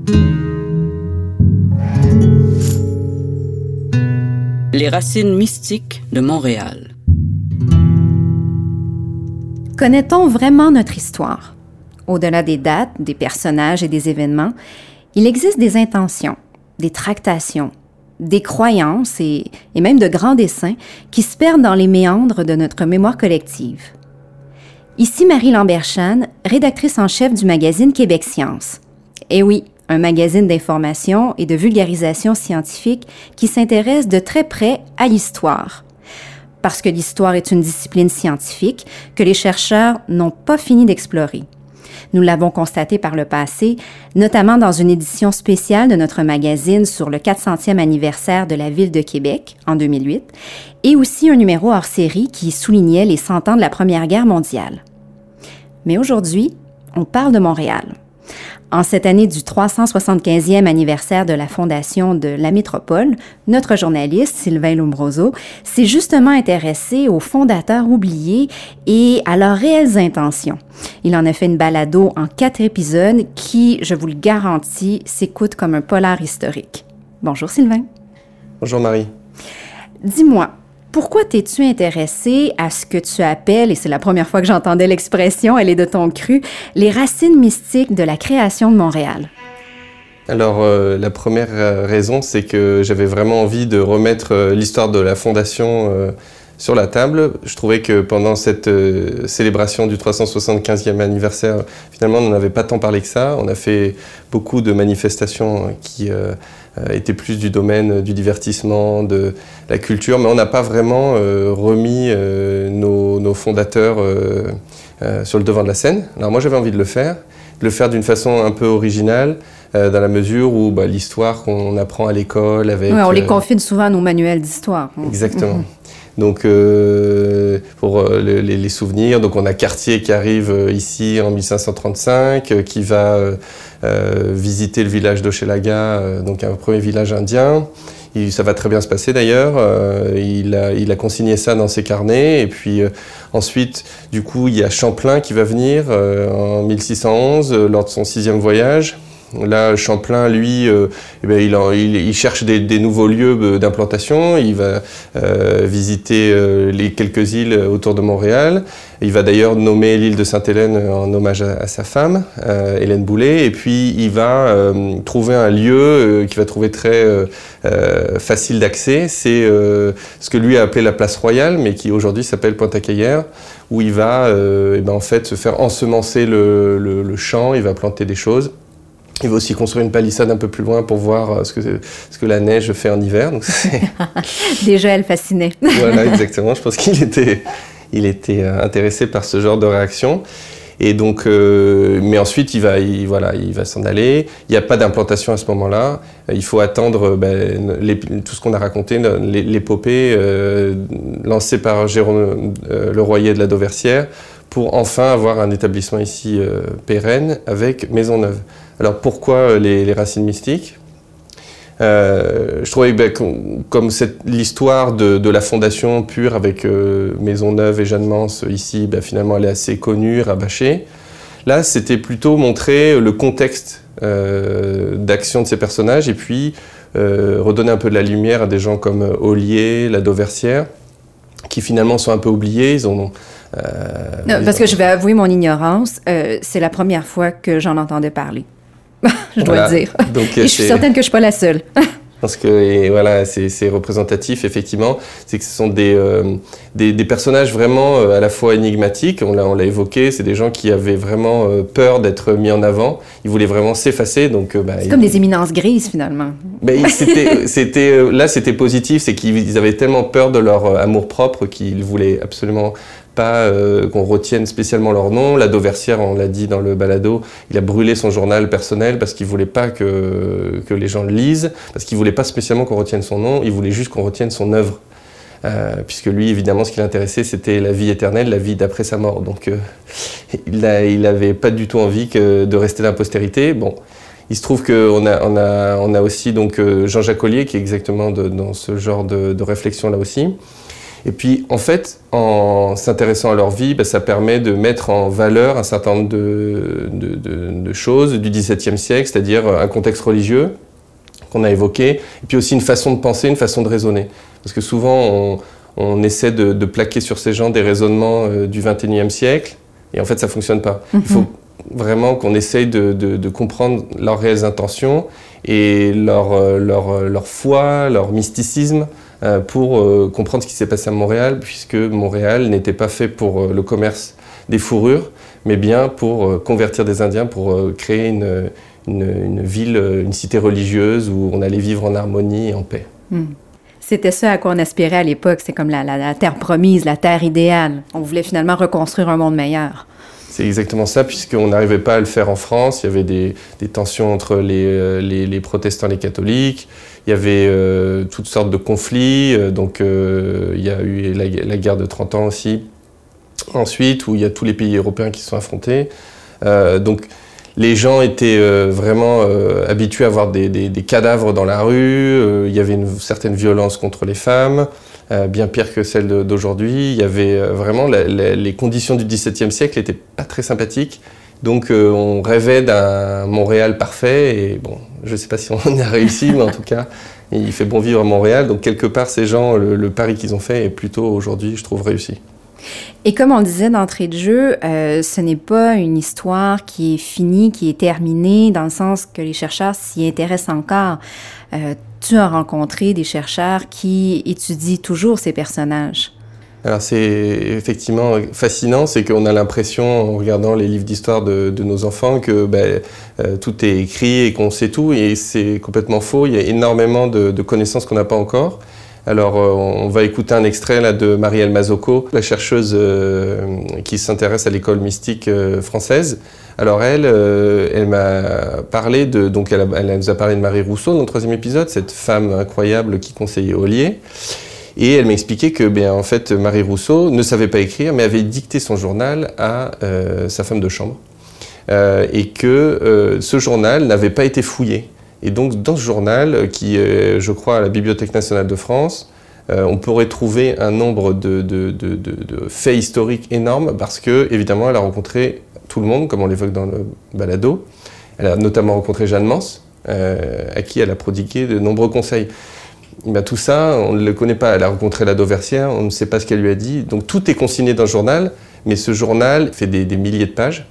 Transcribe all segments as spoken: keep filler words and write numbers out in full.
Les racines mystiques de Montréal. Connaît-on vraiment notre histoire? Au-delà des dates, des personnages et des événements, il existe des intentions, des tractations, des croyances et, et même de grands desseins qui se perdent dans les méandres de notre mémoire collective. Ici Marie Lambert-Chan, rédactrice en chef du magazine Québec Science. Et oui, un magazine d'information et de vulgarisation scientifique qui s'intéresse de très près à l'histoire. Parce que l'histoire est une discipline scientifique que les chercheurs n'ont pas fini d'explorer. Nous l'avons constaté par le passé, notamment dans une édition spéciale de notre magazine sur le quatre centième anniversaire de la Ville de Québec, en deux mille huit, et aussi un numéro hors série qui soulignait les cent ans de la Première Guerre mondiale. Mais aujourd'hui, on parle de Montréal. En cette année du trois cent soixante-quinzième anniversaire de la fondation de la métropole, notre journaliste, Sylvain Lombroso, s'est justement intéressé aux fondateurs oubliés et à leurs réelles intentions. Il en a fait une balado en quatre épisodes qui, je vous le garantis, s'écoute comme un polar historique. Bonjour Sylvain. Bonjour Marie. Dis-moi, pourquoi t'es-tu intéressé à ce que tu appelles, et c'est la première fois que j'entendais l'expression, elle est de ton cru, les racines mystiques de la création de Montréal? Alors, euh, la première raison, c'est que j'avais vraiment envie de remettre euh, l'histoire de la fondation euh, sur la table. Je trouvais que pendant cette euh, célébration du trois cent soixante-quinzième anniversaire, finalement, on n'en avait pas tant parlé que ça. On a fait beaucoup de manifestations qui euh, étaient plus du domaine du divertissement, de la culture, mais on n'a pas vraiment euh, remis euh, nos, nos fondateurs euh, euh, sur le devant de la scène. Alors moi, j'avais envie de le faire, de le faire d'une façon un peu originale, euh, dans la mesure où bah, l'histoire qu'on apprend à l'école avec... Oui, on les confine souvent à nos manuels d'histoire. Exactement. Mm-hmm. Donc, euh, pour euh, les, les souvenirs, donc on a Cartier qui arrive euh, ici en mille cinq cent trente-cinq, euh, qui va euh, euh, visiter le village d'Hochelaga, euh, donc un premier village indien. Il, ça va très bien se passer d'ailleurs. Euh, il, a, il a consigné ça dans ses carnets. Et puis euh, ensuite, du coup, il y a Champlain qui va venir euh, en mille six cent onze, euh, lors de son sixième voyage. Là, Champlain, lui, euh, eh bien, il, en, il, il cherche des, des nouveaux lieux d'implantation. Il va euh, visiter euh, les quelques îles autour de Montréal. Il va d'ailleurs nommer l'île de Sainte-Hélène en hommage à, à sa femme, euh, Hélène Boulet. Et puis, il va euh, trouver un lieu euh, qu'il va trouver très euh, euh, facile d'accès. C'est euh, ce que lui a appelé la place royale, mais qui aujourd'hui s'appelle Pointe-à-Cayère, où il va euh, eh bien, en fait, se faire ensemencer le, le, le champ. Il va planter des choses. Il va aussi construire une palissade un peu plus loin pour voir ce que, ce que la neige fait en hiver. Donc déjà, elle fascinait. Voilà, exactement. Je pense qu'il était, il était intéressé par ce genre de réaction. Et donc, euh, mais ensuite, il va, il, voilà, il va s'en aller. Il n'y a pas d'implantation à ce moment-là. Il faut attendre ben, les, tout ce qu'on a raconté, l'épopée euh, lancée par Jérôme euh, Leroyer de la Dauversière, pour enfin avoir un établissement ici euh, pérenne avec Maisonneuve. Alors pourquoi les, les racines mystiques ? euh, Je trouvais ben, comme l'histoire de, de la fondation pure avec euh, Maisonneuve et Jeanne Mance ici, ben, finalement elle est assez connue, rabâchée. Là, c'était plutôt montrer le contexte euh, d'action de ces personnages et puis euh, redonner un peu de la lumière à des gens comme Ollier, la Dauversière, qui finalement sont un peu oubliés. Ils ont Euh, non, parce que je vais avouer mon ignorance, euh, c'est la première fois que j'en entendais parler. je dois voilà. le dire. Donc, et je suis certaine que je ne suis pas la seule. Parce que et voilà, c'est représentatif, effectivement. C'est que ce sont des, euh, des, des personnages vraiment euh, à la fois énigmatiques, on l'a évoqué, c'est des gens qui avaient vraiment euh, peur d'être mis en avant. Ils voulaient vraiment s'effacer. Donc, euh, bah, c'est ils, comme des éminences grises, finalement. Ben, c'était, c'était, là, c'était positif, c'est qu'ils avaient tellement peur de leur euh, amour-propre qu'ils voulaient absolument pas euh, qu'on retienne spécialement leur nom. La Dauversière, on l'a dit dans le balado, il a brûlé son journal personnel parce qu'il voulait pas que, que les gens le lisent, parce qu'il voulait pas spécialement qu'on retienne son nom, il voulait juste qu'on retienne son œuvre. Euh, puisque lui, évidemment, ce qui l'intéressait, c'était la vie éternelle, la vie d'après sa mort. Donc, euh, il, a, il avait pas du tout envie que, de rester dans la postérité. Bon, il se trouve qu'on a, on a, on a aussi donc, Jean-Jacques Ollier, qui est exactement de, dans ce genre de, de réflexion-là aussi. Et puis, en fait, en s'intéressant à leur vie, bah, ça permet de mettre en valeur un certain nombre de, de, de, de choses du dix-septième siècle, c'est-à-dire un contexte religieux qu'on a évoqué, et puis aussi une façon de penser, une façon de raisonner. Parce que souvent, on, on essaie de, de plaquer sur ces gens des raisonnements euh, du vingt et unième siècle, et en fait, ça ne fonctionne pas. Mm-hmm. Il faut vraiment qu'on essaye de, de, de comprendre leurs réelles intentions et leur, leur, leur foi, leur mysticisme, euh, pour euh, comprendre ce qui s'est passé à Montréal, puisque Montréal n'était pas fait pour euh, le commerce des fourrures, mais bien pour euh, convertir des Indiens, pour euh, créer une, une, une ville, une cité religieuse où on allait vivre en harmonie et en paix. Mm. C'était ça à quoi on aspirait à l'époque, c'est comme la, la, la terre promise, la terre idéale. On voulait finalement reconstruire un monde meilleur. C'est exactement ça, puisqu'on n'arrivait pas à le faire en France. Il y avait des, des tensions entre les, les, les protestants et les catholiques. Il y avait euh, toutes sortes de conflits. Donc euh, il y a eu la, la guerre de trente ans aussi. Ensuite, où il y a tous les pays européens qui se sont affrontés. Euh, donc les gens étaient euh, vraiment euh, habitués à voir des, des, des cadavres dans la rue. Euh, il y avait une certaine violence contre les femmes. Euh, bien pire que celle de, d'aujourd'hui. Il y avait euh, vraiment la, la, les conditions du dix-septième siècle n'étaient pas très sympathiques. Donc euh, on rêvait d'un Montréal parfait et bon, je ne sais pas si on y a réussi, mais en tout cas, il fait bon vivre à Montréal. Donc quelque part, ces gens, le, le pari qu'ils ont fait est plutôt aujourd'hui, je trouve, réussi. Et comme on le disait d'entrée de jeu, euh, ce n'est pas une histoire qui est finie, qui est terminée, dans le sens que les chercheurs s'y intéressent encore. Euh, tu as rencontré des chercheurs qui étudient toujours ces personnages. Alors c'est effectivement fascinant, c'est qu'on a l'impression, en regardant les livres d'histoire de, de nos enfants, que ben, euh, tout est écrit et qu'on sait tout, et c'est complètement faux. Il y a énormément de, de connaissances qu'on n'a pas encore. Alors, euh, on va écouter un extrait là, de Marielle Mazzucco, la chercheuse euh, qui s'intéresse à l'école mystique euh, française. Alors elle, euh, elle m'a parlé de, donc elle, a, elle nous a parlé de Marie Rousseau dans le troisième épisode, cette femme incroyable qui conseillait Ollier. Et elle m'a expliqué que, bien, en fait, Marie Rousseau ne savait pas écrire, mais avait dicté son journal à euh, sa femme de chambre, euh, et que euh, ce journal n'avait pas été fouillé. Et donc, dans ce journal, qui est, je crois, à la Bibliothèque nationale de France, euh, on pourrait trouver un nombre de, de, de, de, de faits historiques énormes, parce que, évidemment, elle a rencontré tout le monde, comme on l'évoque dans le balado. Elle a notamment rencontré Jeanne Mance, euh, à qui elle a prodigué de nombreux conseils. Ben, tout ça, on ne le connaît pas. Elle a rencontré la Dauversière, on ne sait pas ce qu'elle lui a dit. Donc, tout est consigné dans le journal, mais ce journal fait des, des milliers de pages.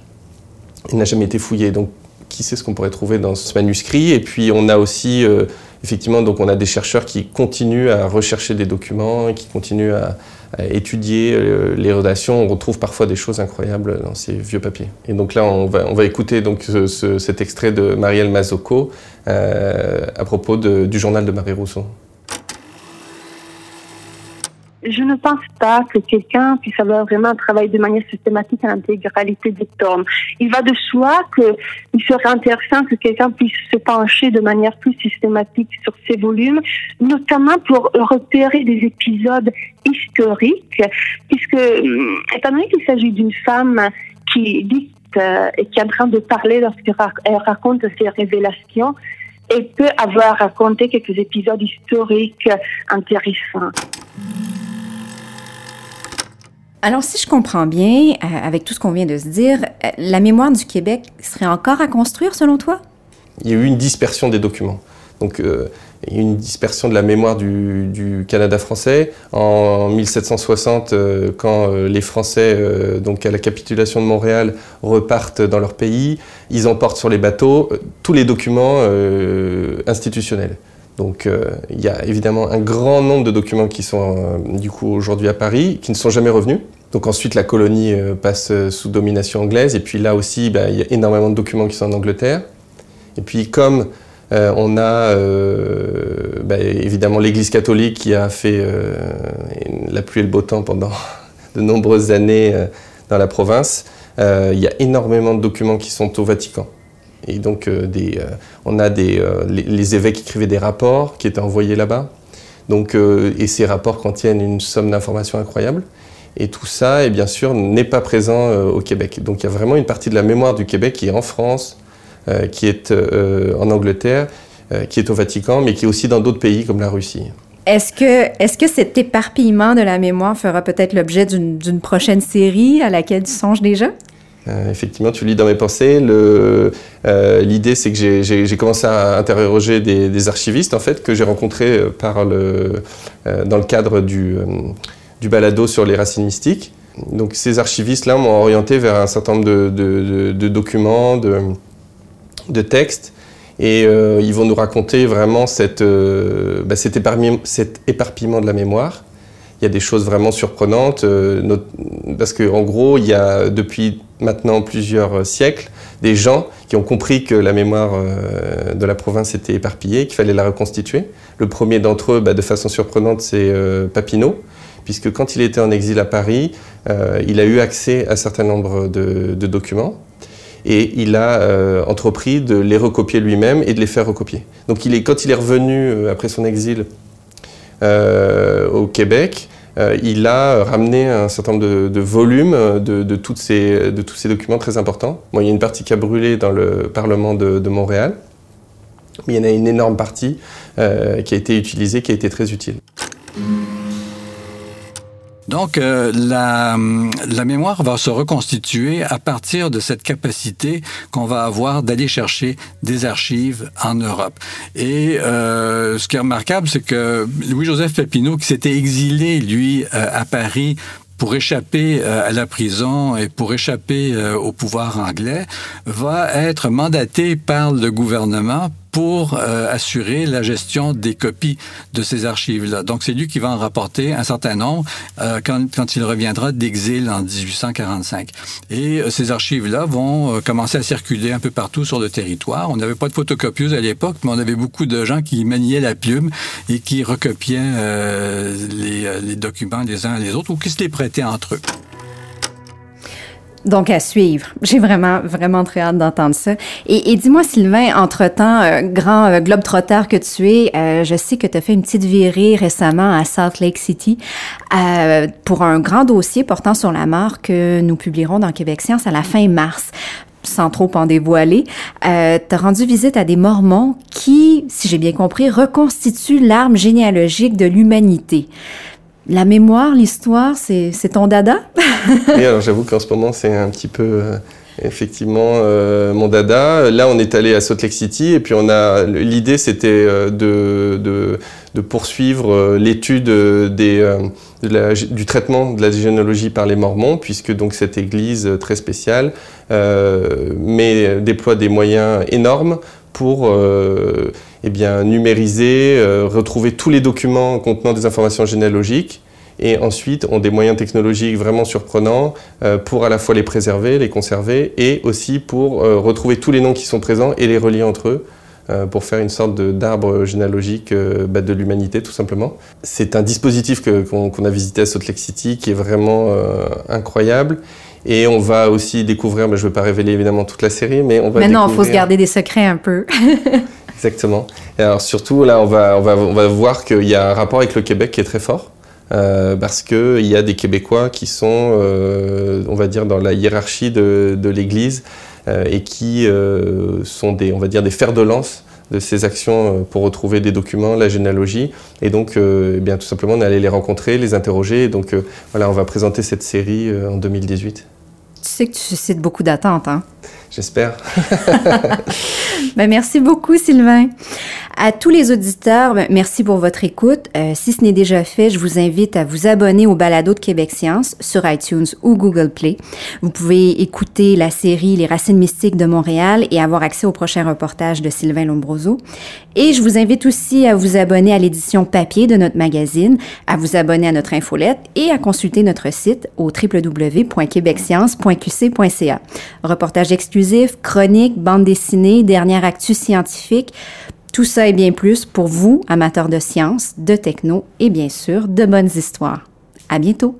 Il n'a jamais été fouillé. Donc, qui sait ce qu'on pourrait trouver dans ce manuscrit. Et puis on a aussi, euh, effectivement, donc on a des chercheurs qui continuent à rechercher des documents, et qui continuent à, à étudier euh, les rédactions. On retrouve parfois des choses incroyables dans ces vieux papiers. Et donc là, on va, on va écouter donc, ce, ce, cet extrait de Marielle Mazzucco euh, à propos de, du journal de Marie Rousseau. Je ne pense pas que quelqu'un puisse avoir vraiment travaillé de manière systématique à l'intégralité des tomes. Il va de soi qu'il serait intéressant que quelqu'un puisse se pencher de manière plus systématique sur ces volumes, notamment pour repérer des épisodes historiques, puisque, étant donné qu'il s'agit d'une femme qui dicte euh, et qui est en train de parler lorsqu'elle raconte ses révélations, elle peut avoir raconté quelques épisodes historiques intéressants. Alors, si je comprends bien, euh, avec tout ce qu'on vient de se dire, euh, la mémoire du Québec serait encore à construire, selon toi? Il y a eu une dispersion des documents. Donc, euh, il y a eu une dispersion de la mémoire du, du Canada français. En mille sept cent soixante, euh, quand euh, les Français, euh, donc à la capitulation de Montréal, repartent dans leur pays, ils emportent sur les bateaux euh, tous les documents euh, institutionnels. Donc euh, il y a évidemment un grand nombre de documents qui sont euh, du coup aujourd'hui à Paris, qui ne sont jamais revenus. Donc ensuite la colonie euh, passe euh, sous domination anglaise, et puis là aussi bah, il y a énormément de documents qui sont en Angleterre. Et puis comme euh, on a euh, bah, évidemment l'Église catholique qui a fait euh, la pluie et le beau temps pendant de nombreuses années euh, dans la province, euh, il y a énormément de documents qui sont au Vatican. Et donc, euh, des, euh, on a des, euh, les, les évêques écrivaient des rapports qui étaient envoyés là-bas. Donc, euh, et ces rapports contiennent une somme d'informations incroyable. Et tout ça, et bien sûr, n'est pas présent euh, au Québec. Donc, il y a vraiment une partie de la mémoire du Québec qui est en France, euh, qui est euh, en Angleterre, euh, qui est au Vatican, mais qui est aussi dans d'autres pays comme la Russie. Est-ce que, est-ce que cet éparpillement de la mémoire fera peut-être l'objet d'une, d'une prochaine série à laquelle tu songes déjà? Euh, effectivement, tu lis dans mes pensées. Le, euh, l'idée, c'est que j'ai, j'ai, j'ai commencé à interroger des, des archivistes, en fait, que j'ai rencontrés par le, euh, dans le cadre du, euh, du balado sur les racines mystiques. Donc, ces archivistes-là m'ont orienté vers un certain nombre de, de, de, de documents, de, de textes, et euh, ils vont nous raconter vraiment cette, euh, bah, cet, éparpillement, cet éparpillement de la mémoire. Il y a des choses vraiment surprenantes, euh, notre, parce qu'en gros, il y a depuis maintenant plusieurs siècles des gens qui ont compris que la mémoire euh, de la province était éparpillée, qu'il fallait la reconstituer. Le premier d'entre eux, bah, de façon surprenante, c'est euh, Papineau, puisque quand il était en exil à Paris, euh, il a eu accès à un certain nombre de, de documents. Et il a euh, entrepris de les recopier lui-même et de les faire recopier. Donc il est, quand il est revenu euh, après son exil euh, au Québec, euh, il a ramené un certain nombre de, de volumes de, de, toutes ces, de tous ces documents très importants. Bon, il y a une partie qui a brûlé dans le Parlement de, de Montréal, mais il y en a une énorme partie euh, qui a été utilisée, qui a été très utile. Donc, euh, la, la mémoire va se reconstituer à partir de cette capacité qu'on va avoir d'aller chercher des archives en Europe. Et euh, ce qui est remarquable, c'est que Louis-Joseph Papineau, qui s'était exilé, lui, euh, à Paris, pour échapper euh, à la prison et pour échapper euh, au pouvoir anglais, va être mandaté par le gouvernement pour euh, assurer la gestion des copies de ces archives-là. Donc, c'est lui qui va en rapporter un certain nombre euh, quand, quand il reviendra d'exil en dix-huit cent quarante-cinq. Et euh, ces archives-là vont euh, commencer à circuler un peu partout sur le territoire. On n'avait pas de photocopieuse à l'époque, mais on avait beaucoup de gens qui maniaient la plume et qui recopiaient euh, les, les documents les uns les autres ou qui se les prêtaient entre eux. Donc, à suivre. J'ai vraiment, vraiment très hâte d'entendre ça. Et, et dis-moi, Sylvain, entre-temps, euh, grand euh, globe-trotteur que tu es, euh, je sais que tu as fait une petite virée récemment à Salt Lake City euh, pour un grand dossier portant sur la mort que nous publierons dans Québec Science à la fin mars. Sans trop en dévoiler, euh, tu as rendu visite à des Mormons qui, si j'ai bien compris, reconstituent l'arbre généalogique de l'humanité. La mémoire, l'histoire, c'est, c'est ton dada? Oui, alors j'avoue qu'en ce moment, c'est un petit peu, euh, effectivement, euh, mon dada. Là, on est allé à Salt Lake City et puis on a, l'idée, c'était euh, de, de, de poursuivre euh, l'étude des, euh, de la, du traitement de la généalogie par les Mormons, puisque donc cette église très spéciale euh, met, déploie des moyens énormes pour euh, eh bien, numériser, euh, retrouver tous les documents contenant des informations généalogiques et ensuite ont des moyens technologiques vraiment surprenants euh, pour à la fois les préserver, les conserver et aussi pour euh, retrouver tous les noms qui sont présents et les relier entre eux euh, pour faire une sorte de, d'arbre généalogique euh, bah, de l'humanité tout simplement. C'est un dispositif que, qu'on, qu'on a visité à Salt Lake City qui est vraiment euh, incroyable. Et on va aussi découvrir, mais je ne veux pas révéler évidemment toute la série, mais on va mais non, il découvrir... faut se garder des secrets un peu. Exactement. Et alors surtout, là, on va, on va, on va voir qu'il y a un rapport avec le Québec qui est très fort, euh, parce qu'il y a des Québécois qui sont, euh, on va dire, dans la hiérarchie de, de l'Église euh, et qui euh, sont des, on va dire, des fers de lance de ces actions pour retrouver des documents, la généalogie. Et donc, euh, eh bien, tout simplement, on est allé les rencontrer, les interroger. Et donc, euh, voilà, on va présenter cette série euh, en deux mille dix-huit. Tu sais que tu suscites beaucoup d'attentes, hein? J'espère. Ben, merci beaucoup, Sylvain. À tous les auditeurs, ben, merci pour votre écoute. Euh, si ce n'est déjà fait, je vous invite à vous abonner au balado de Québec Science sur iTunes ou Google Play. Vous pouvez écouter la série Les Racines mystiques de Montréal et avoir accès au prochain reportage de Sylvain Lombroso. Et je vous invite aussi à vous abonner à l'édition papier de notre magazine, à vous abonner à notre infolette et à consulter notre site au w w w point québec science point q c point c a. Reportages exclusifs, chroniques, bandes dessinées, dernière actu scientifique, tout ça et bien plus pour vous, amateurs de sciences, de techno et bien sûr de bonnes histoires. À bientôt!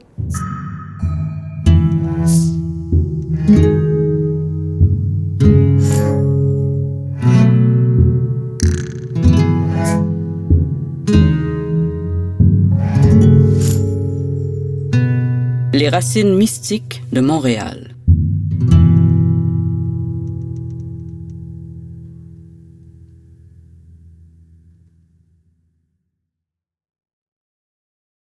Les racines mystiques de Montréal.